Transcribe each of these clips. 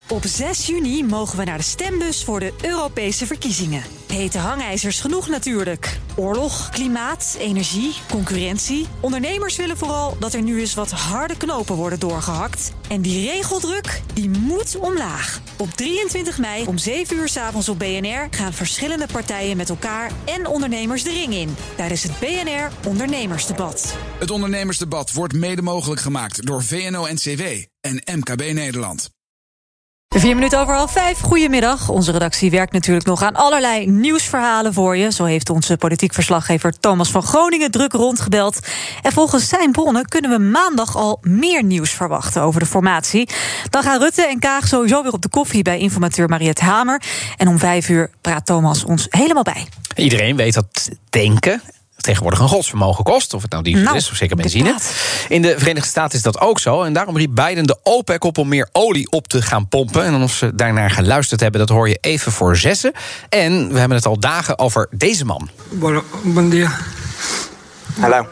Op 6 juni mogen we naar de stembus voor de Europese verkiezingen. Hete hangijzers genoeg natuurlijk. Oorlog, klimaat, energie, concurrentie. Ondernemers willen vooral dat er nu eens wat harde knopen worden doorgehakt. En die regeldruk, die moet omlaag. Op 23 mei om 7 uur 's avonds op BNR gaan verschillende partijen met elkaar en ondernemers de ring in. Tijdens het BNR Ondernemersdebat. Het Ondernemersdebat wordt mede mogelijk gemaakt door VNO-NCW en MKB Nederland. 4 minuten over 4:30. Goedemiddag. Onze redactie werkt natuurlijk nog aan allerlei nieuwsverhalen voor je. Zo heeft onze politiek verslaggever Thomas van Groningen druk rondgebeld. En volgens zijn bronnen kunnen we maandag al meer nieuws verwachten over de formatie. Dan gaan Rutte en Kaag sowieso weer op de koffie bij informateur Mariette Hamer. En om 5 uur praat Thomas ons helemaal bij. Iedereen weet dat denken tegenwoordig een godsvermogen kost. Of het nou diesel is, of zeker benzine. In de Verenigde Staten is dat ook zo. En daarom riep Biden de OPEC op om meer olie op te gaan pompen. En of ze daarnaar geluisterd hebben, dat hoor je even voor 6. En we hebben het al dagen over deze man. Buen dia. Hello.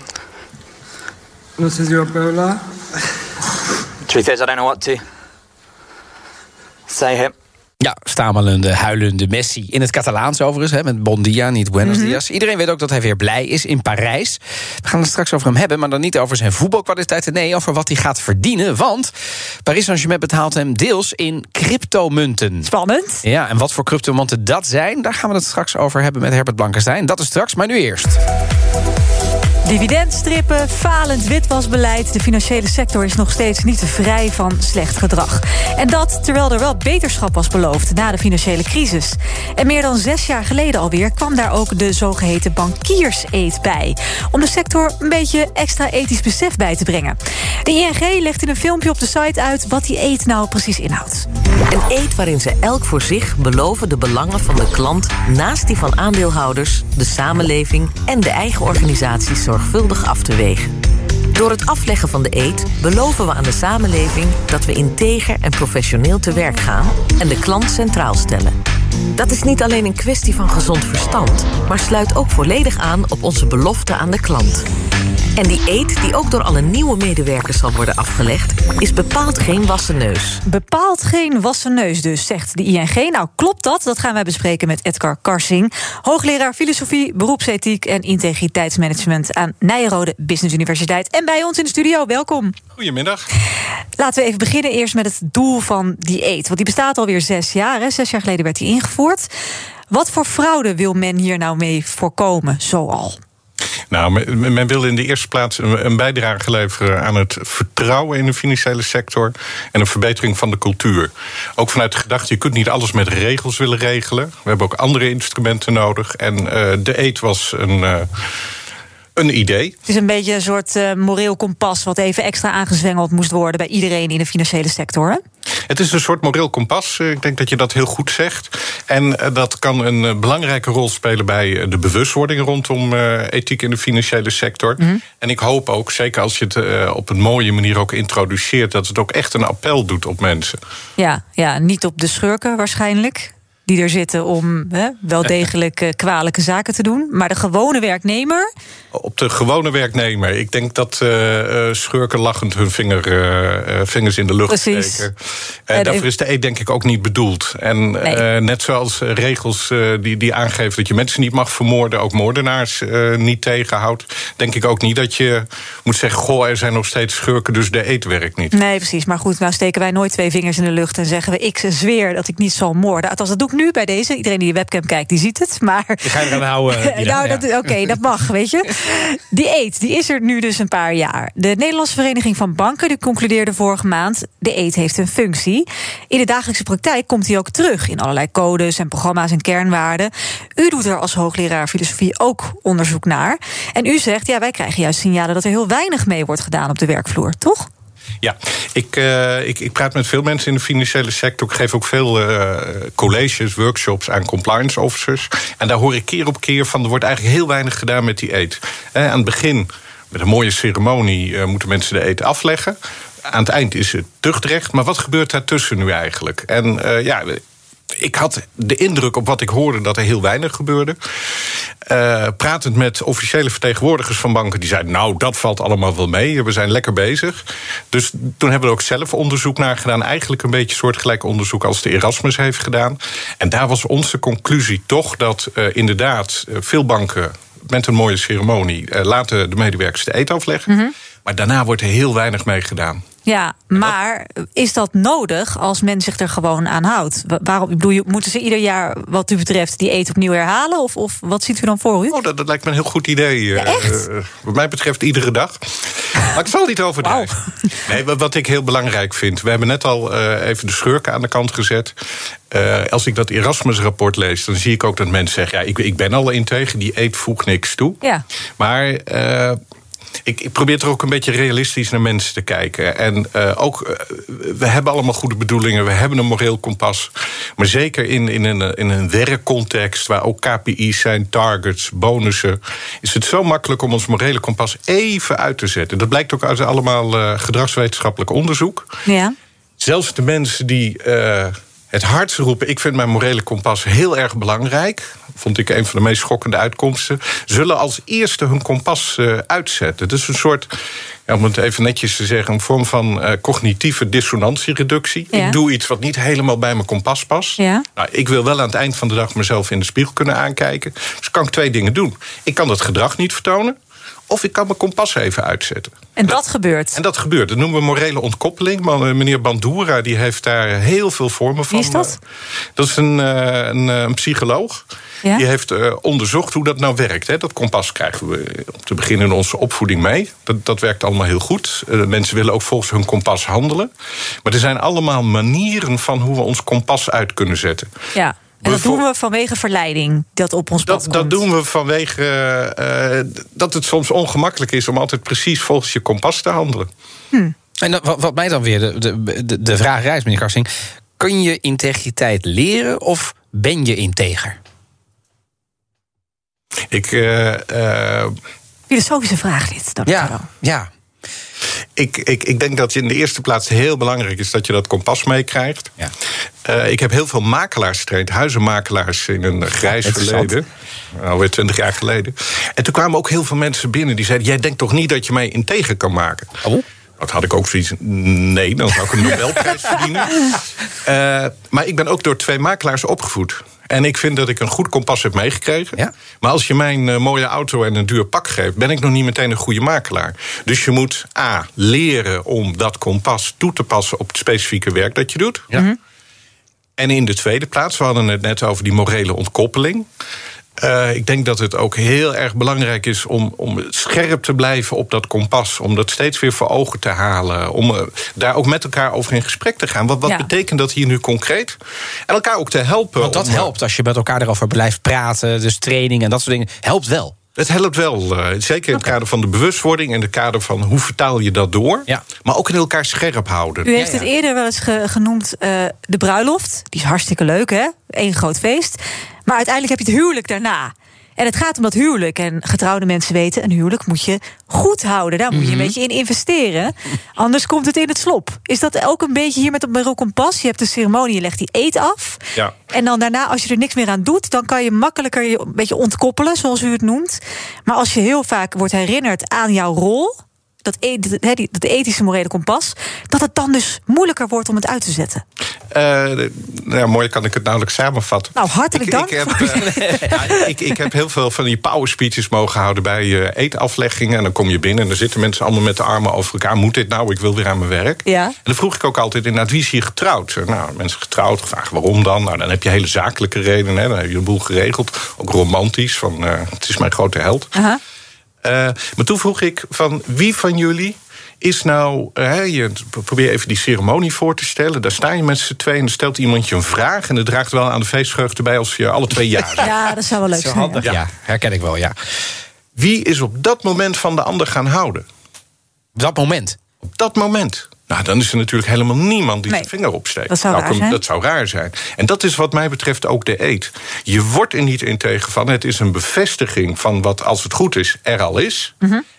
No sé si va a poder hablar. Truth is, I don't know what to say here. Ja, stamelende, huilende Messi. In het Catalaans overigens, met bon dia, niet buenos dias. Iedereen weet ook dat hij weer blij is in Parijs. We gaan het straks over hem hebben, maar dan niet over zijn voetbalkwaliteiten. Nee, over wat hij gaat verdienen. Want Paris Saint-Germain betaalt hem deels in cryptomunten. Spannend. Ja, en wat voor cryptomunten dat zijn, daar gaan we het straks over hebben met Herbert Blankenstein. Dat is straks, maar nu eerst. Dividendstrippen, falend witwasbeleid. De financiële sector is nog steeds niet vrij van slecht gedrag. En dat terwijl er wel beterschap was beloofd na de financiële crisis. En meer dan 6 jaar geleden alweer kwam daar ook de zogeheten bankierseed bij. Om de sector een beetje extra ethisch besef bij te brengen. De ING legt in een filmpje op de site uit wat die eed nou precies inhoudt. Een eed waarin ze elk voor zich beloven de belangen van de klant naast die van aandeelhouders, de samenleving en de eigen organisatie zorgvuldig af te wegen. Door het afleggen van de eed beloven we aan de samenleving dat we integer en professioneel te werk gaan en de klant centraal stellen. Dat is niet alleen een kwestie van gezond verstand, maar sluit ook volledig aan op onze belofte aan de klant. En die eed, die ook door alle nieuwe medewerkers zal worden afgelegd, is bepaald geen wassen neus. Bepaald geen wassen neus dus, zegt de ING. Nou, klopt dat? Dat gaan wij bespreken met Edgar Karsing, hoogleraar filosofie, beroepsethiek en integriteitsmanagement aan Nyenrode Business Universiteit. En bij ons in de studio, welkom. Goedemiddag. Laten we even beginnen eerst met het doel van die eed. Want die bestaat alweer 6 jaar. Hè? 6 jaar geleden werd die ingevoerd. Wat voor fraude wil men hier nou mee voorkomen, zoal? Nou, men wil in de eerste plaats een bijdrage leveren aan het vertrouwen in de financiële sector en een verbetering van de cultuur. Ook vanuit de gedachte, je kunt niet alles met regels willen regelen. We hebben ook andere instrumenten nodig. En de eed was een idee. Het is een beetje een soort moreel kompas wat even extra aangezwengeld moest worden bij iedereen in de financiële sector, hè? Het is een soort moreel kompas. Ik denk dat je dat heel goed zegt. En dat kan een belangrijke rol spelen bij de bewustwording rondom ethiek in de financiële sector. Mm-hmm. En ik hoop ook, zeker als je het op een mooie manier ook introduceert, dat het ook echt een appel doet op mensen. Ja, niet op de schurken waarschijnlijk, die er zitten om wel degelijk kwalijke zaken te doen. Maar de gewone werknemer? Op de gewone werknemer. Ik denk dat schurken lachend hun vingers in de lucht steken. Daarvoor is de eed denk ik ook niet bedoeld. En net zoals regels die aangeven dat je mensen niet mag vermoorden, ook moordenaars niet tegenhoudt, denk ik ook niet dat je moet zeggen, goh, er zijn nog steeds schurken, dus de eed werkt niet. Nee, precies. Maar goed, nou steken wij nooit 2 vingers in de lucht en zeggen we, ik zweer dat ik niet zal moorden. Althans, dat doe ik nu bij deze. Iedereen die de webcam kijkt, die ziet het. Maar je ga je eraan houden. Oké, dat mag, weet je. Die eed, die is er nu dus een paar jaar. De Nederlandse Vereniging van Banken die concludeerde vorige maand, de eed heeft een functie. In de dagelijkse praktijk komt die ook terug in allerlei codes en programma's en kernwaarden. U doet er als hoogleraar filosofie ook onderzoek naar. En u zegt, ja, wij krijgen juist signalen dat er heel weinig mee wordt gedaan op de werkvloer, toch? Ja, ik praat met veel mensen in de financiële sector. Ik geef ook veel colleges, workshops aan compliance officers. En daar hoor ik keer op keer van, er wordt eigenlijk heel weinig gedaan met die eed. Aan het begin, met een mooie ceremonie, moeten mensen de eed afleggen. Aan het eind is het tuchtrecht. Maar wat gebeurt daartussen nu eigenlijk? En ik had de indruk op wat ik hoorde dat er heel weinig gebeurde. Pratend met officiële vertegenwoordigers van banken, die zeiden, nou, dat valt allemaal wel mee, we zijn lekker bezig. Dus toen hebben we er ook zelf onderzoek naar gedaan, eigenlijk een beetje soortgelijk onderzoek als de Erasmus heeft gedaan. En daar was onze conclusie toch dat inderdaad veel banken met een mooie ceremonie laten de medewerkers de eet afleggen. Mm-hmm. Maar daarna wordt er heel weinig mee gedaan. Ja, maar is dat nodig als men zich er gewoon aan houdt? Waarom moeten ze ieder jaar, wat u betreft, die eet opnieuw herhalen? Of wat ziet u dan voor u? Oh, dat lijkt me een heel goed idee. Ja, echt? Wat mij betreft iedere dag. Maar ik zal niet overdrijven. Wow. Nee, wat ik heel belangrijk vind. We hebben net al even de schurken aan de kant gezet. Als ik dat Erasmus-rapport lees, dan zie ik ook dat mensen zeggen, ja, ik ben al integer, die eet voegt niks toe. Ja. Maar ik probeer er ook een beetje realistisch naar mensen te kijken. En we hebben allemaal goede bedoelingen, we hebben een moreel kompas. Maar zeker in een werkcontext, waar ook KPI's zijn, targets, bonussen, is het zo makkelijk om ons morele kompas even uit te zetten. Dat blijkt ook uit allemaal gedragswetenschappelijk onderzoek. Ja. Zelfs de mensen die het hardst roepen, ik vind mijn morele kompas heel erg belangrijk, vond ik een van de meest schokkende uitkomsten, zullen als eerste hun kompas uitzetten. Dat is een soort, om het even netjes te zeggen, een vorm van cognitieve dissonantiereductie. Ja. Ik doe iets wat niet helemaal bij mijn kompas past. Ja. Nou, ik wil wel aan het eind van de dag mezelf in de spiegel kunnen aankijken. Dus kan ik 2 dingen doen. Ik kan dat gedrag niet vertonen, of ik kan mijn kompas even uitzetten. En dat gebeurt? En dat gebeurt. Dat noemen we morele ontkoppeling. Maar meneer Bandura die heeft daar heel veel vormen van. Wie is dat? Dat is een psycholoog. Ja? Die heeft onderzocht hoe dat nou werkt. Hè. Dat kompas krijgen we om te beginnen in onze opvoeding mee. Dat werkt allemaal heel goed. Mensen willen ook volgens hun kompas handelen. Maar er zijn allemaal manieren van hoe we ons kompas uit kunnen zetten. Ja. En dat doen we vanwege verleiding, dat op ons pad komt? Dat doen we vanwege dat het soms ongemakkelijk is om altijd precies volgens je kompas te handelen. En wat mij dan weer de vraag rijst, meneer Karsing, kun je integriteit leren of ben je integer? Filosofische vraag dit. Ja. Ik denk dat in de eerste plaats heel belangrijk is dat je dat kompas meekrijgt. Ja. Ik heb heel veel makelaars getraind, huizenmakelaars in een grijs verleden. Alweer 20 jaar geleden. En toen kwamen ook heel veel mensen binnen die zeiden, jij denkt toch niet dat je mij integer kan maken? Oh. Dat had ik ook zoiets. Nee, dan zou ik een Nobelprijs verdienen. Maar ik ben ook door 2 makelaars opgevoed. En ik vind dat ik een goed kompas heb meegekregen. Ja? Maar als je mij een mooie auto en een duur pak geeft, ben ik nog niet meteen een goede makelaar. Dus je moet leren om dat kompas toe te passen op het specifieke werk dat je doet. Ja. Mm-hmm. En in de tweede plaats, we hadden het net over die morele ontkoppeling. Ik denk dat het ook heel erg belangrijk is om scherp te blijven op dat kompas. Om dat steeds weer voor ogen te halen. Om daar ook met elkaar over in gesprek te gaan. Wat betekent dat hier nu concreet? En elkaar ook te helpen. Want dat helpt als je met elkaar erover blijft praten. Dus training en dat soort dingen. Helpt wel. Het helpt wel, zeker in het kader van de bewustwording, in het kader van hoe vertaal je dat door. Ja. Maar ook in elkaar scherp houden. U heeft het eerder wel eens genoemd, de bruiloft. Die is hartstikke leuk, hè? Eén groot feest. Maar uiteindelijk heb je het huwelijk daarna. En het gaat om dat huwelijk. En getrouwde mensen weten, een huwelijk moet je goed houden. Daar moet je een beetje in investeren. Anders komt het in het slop. Is dat ook een beetje hier met het moreel kompas? Je hebt de ceremonie, je legt die eet af. Ja. En dan daarna, als je er niks meer aan doet, dan kan je makkelijker je een beetje ontkoppelen, zoals u het noemt. Maar als je heel vaak wordt herinnerd aan jouw rol, dat ethische morele kompas, dat het dan dus moeilijker wordt om het uit te zetten. Mooi kan ik het nauwelijks samenvatten. Nou, hartelijk dank. Ik heb heel veel van die power speeches mogen houden bij eetafleggingen. En dan kom je binnen en dan zitten mensen allemaal met de armen over elkaar. Moet dit nou? Ik wil weer aan mijn werk. Ja. En dan vroeg ik ook altijd inderdaad, wie is hier getrouwd? Nou, mensen getrouwd, gevraagd waarom dan? Nou, dan heb je hele zakelijke redenen. Hè? Dan heb je een boel geregeld. Ook romantisch, van het is mijn grote held. Uh-huh. Maar toen vroeg ik van wie van jullie is nou, je probeer even die ceremonie voor te stellen. Daar sta je met z'n tweeën en dan stelt iemand je een vraag en dat draagt wel aan de feestvreugde bij als je alle 2 jaar bent. Ja, dat zou wel leuk zijn. Handig, ja, herken ik wel, ja. Wie is op dat moment van de ander gaan houden? Dat moment? Op dat moment. Nou, dan is er natuurlijk helemaal niemand die zijn vinger opsteekt. Dat zou raar zijn. Dat zou raar zijn. En dat is wat mij betreft ook de eed. Je wordt er niet integer van. Het is een bevestiging van wat, als het goed is, er al is. Mm-hmm.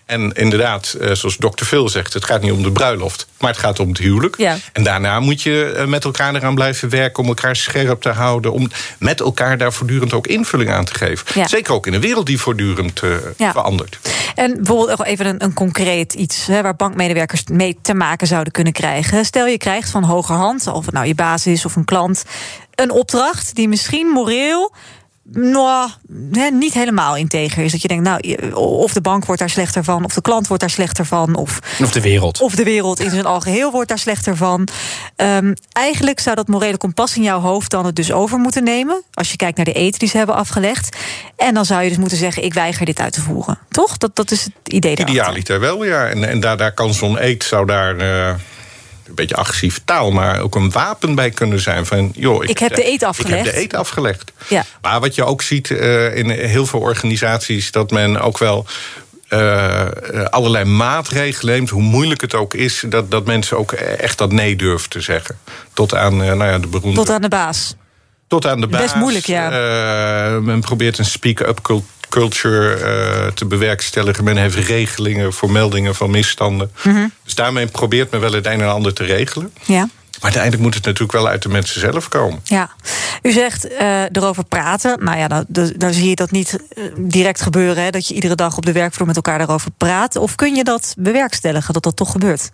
En inderdaad, zoals dokter Phil zegt, het gaat niet om de bruiloft, maar het gaat om het huwelijk. Ja. En daarna moet je met elkaar eraan blijven werken om elkaar scherp te houden, om met elkaar daar voortdurend ook invulling aan te geven. Ja. Zeker ook in een wereld die voortdurend verandert. En bijvoorbeeld even een concreet iets waar bankmedewerkers mee te maken zouden kunnen krijgen. Stel je krijgt van hogerhand, of het nou je baas is of een klant, een opdracht die misschien moreel niet helemaal integer is. Dat je denkt, of de bank wordt daar slechter van, of de klant wordt daar slechter van, of de wereld. Of de wereld in zijn algeheel wordt daar slechter van. Eigenlijk zou dat morele kompas in jouw hoofd dan het dus over moeten nemen, als je kijkt naar de eten die ze hebben afgelegd. En dan zou je dus moeten zeggen, ik weiger dit uit te voeren. Toch? Dat is het idee daarachter. Idealiter wel, ja. En daar kan zo'n eet, zou daar een beetje agressieve taal, maar ook een wapen bij kunnen zijn. Van, ik heb de eet afgelegd. Ik heb de eet afgelegd. Ja. Maar wat je ook ziet in heel veel organisaties, dat men ook wel allerlei maatregelen neemt, hoe moeilijk het ook is, dat mensen ook echt dat nee durven te zeggen. Tot aan de beroemde... Tot aan de baas. Tot aan de baas. Best moeilijk, ja. Men probeert een speak-up culture te bewerkstelligen. Men heeft regelingen voor meldingen van misstanden. Mm-hmm. Dus daarmee probeert men wel het een en ander te regelen. Ja. Maar uiteindelijk moet het natuurlijk wel uit de mensen zelf komen. Ja. U zegt erover praten. Nou ja, dan zie je dat niet direct gebeuren. Hè, dat je iedere dag op de werkvloer met elkaar daarover praat. Of kun je dat bewerkstelligen, dat toch gebeurt?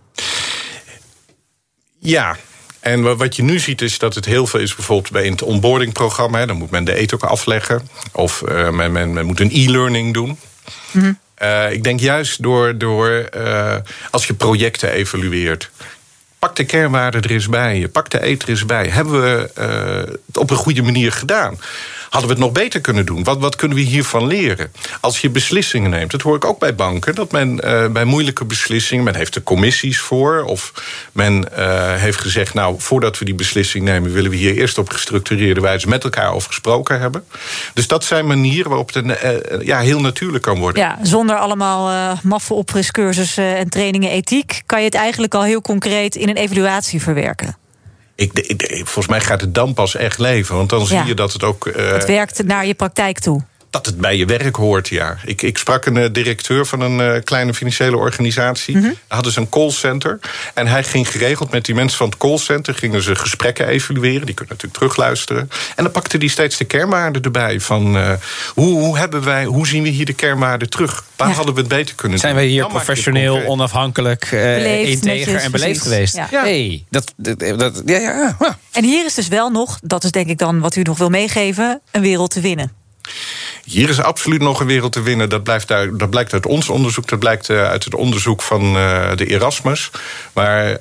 Ja. En wat je nu ziet is dat het heel veel is bijvoorbeeld bij het onboardingprogramma. Dan moet men de eet ook afleggen. Of men moet een e-learning doen. Mm-hmm. Ik denk juist door als je projecten evalueert, pak de kernwaarden er eens bij. Je pakt de eet er eens bij. Hebben we het op een goede manier gedaan? Hadden we het nog beter kunnen doen? Wat kunnen we hiervan leren? Als je beslissingen neemt, dat hoor ik ook bij banken, dat men bij moeilijke beslissingen, men heeft er commissies voor, of men heeft gezegd, voordat we die beslissing nemen, willen we hier eerst op gestructureerde wijze met elkaar over gesproken hebben. Dus dat zijn manieren waarop het heel natuurlijk kan worden. Ja, zonder allemaal maffe opfriscursussen en trainingen ethiek, kan je het eigenlijk al heel concreet in een evaluatie verwerken. Volgens mij gaat het dan pas echt leven. Want dan zie je dat het ook het werkt naar je praktijk toe. Dat het bij je werk hoort, ja. Ik sprak een directeur van een kleine financiële organisatie. Mm-hmm. Daar hadden ze een callcenter. En hij ging geregeld met die mensen van het callcenter, gingen ze gesprekken evalueren. Die kunnen natuurlijk terugluisteren. En dan pakte hij steeds de kernwaarden erbij. Van hoe zien we hier de kernwaarden terug? Waar hadden we het beter kunnen doen? Zijn wij hier professioneel, onafhankelijk, integer en beleefd geweest? Ja. Hey, ja. En hier is dus wel nog, dat is denk ik dan wat u nog wil meegeven, een wereld te winnen. Hier is absoluut nog een wereld te winnen. Dat blijkt uit ons onderzoek. Dat blijkt uit het onderzoek van de Erasmus. Maar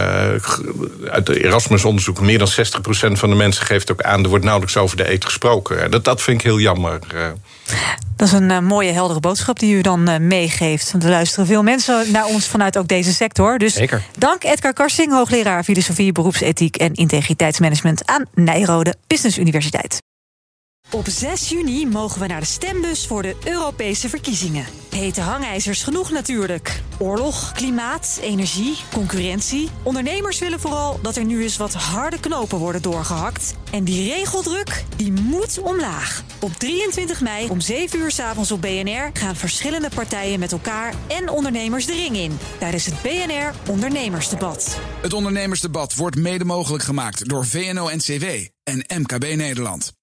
uit de Erasmus-onderzoek, meer dan 60% van de mensen geeft ook aan, er wordt nauwelijks over de eet gesproken. Dat vind ik heel jammer. Dat is een mooie, heldere boodschap die u dan meegeeft. Er luisteren veel mensen naar ons vanuit ook deze sector. Dus zeker. Dank Edgar Karsing, hoogleraar filosofie, beroepsethiek en integriteitsmanagement aan Nijrode Business Universiteit. Op 6 juni mogen we naar de stembus voor de Europese verkiezingen. Hete hangijzers genoeg natuurlijk. Oorlog, klimaat, energie, concurrentie. Ondernemers willen vooral dat er nu eens wat harde knopen worden doorgehakt. En die regeldruk, die moet omlaag. Op 23 mei om 7 uur 's avonds op BNR gaan verschillende partijen met elkaar en ondernemers de ring in. Tijdens het BNR Ondernemersdebat. Het Ondernemersdebat wordt mede mogelijk gemaakt door VNO-NCW en MKB Nederland.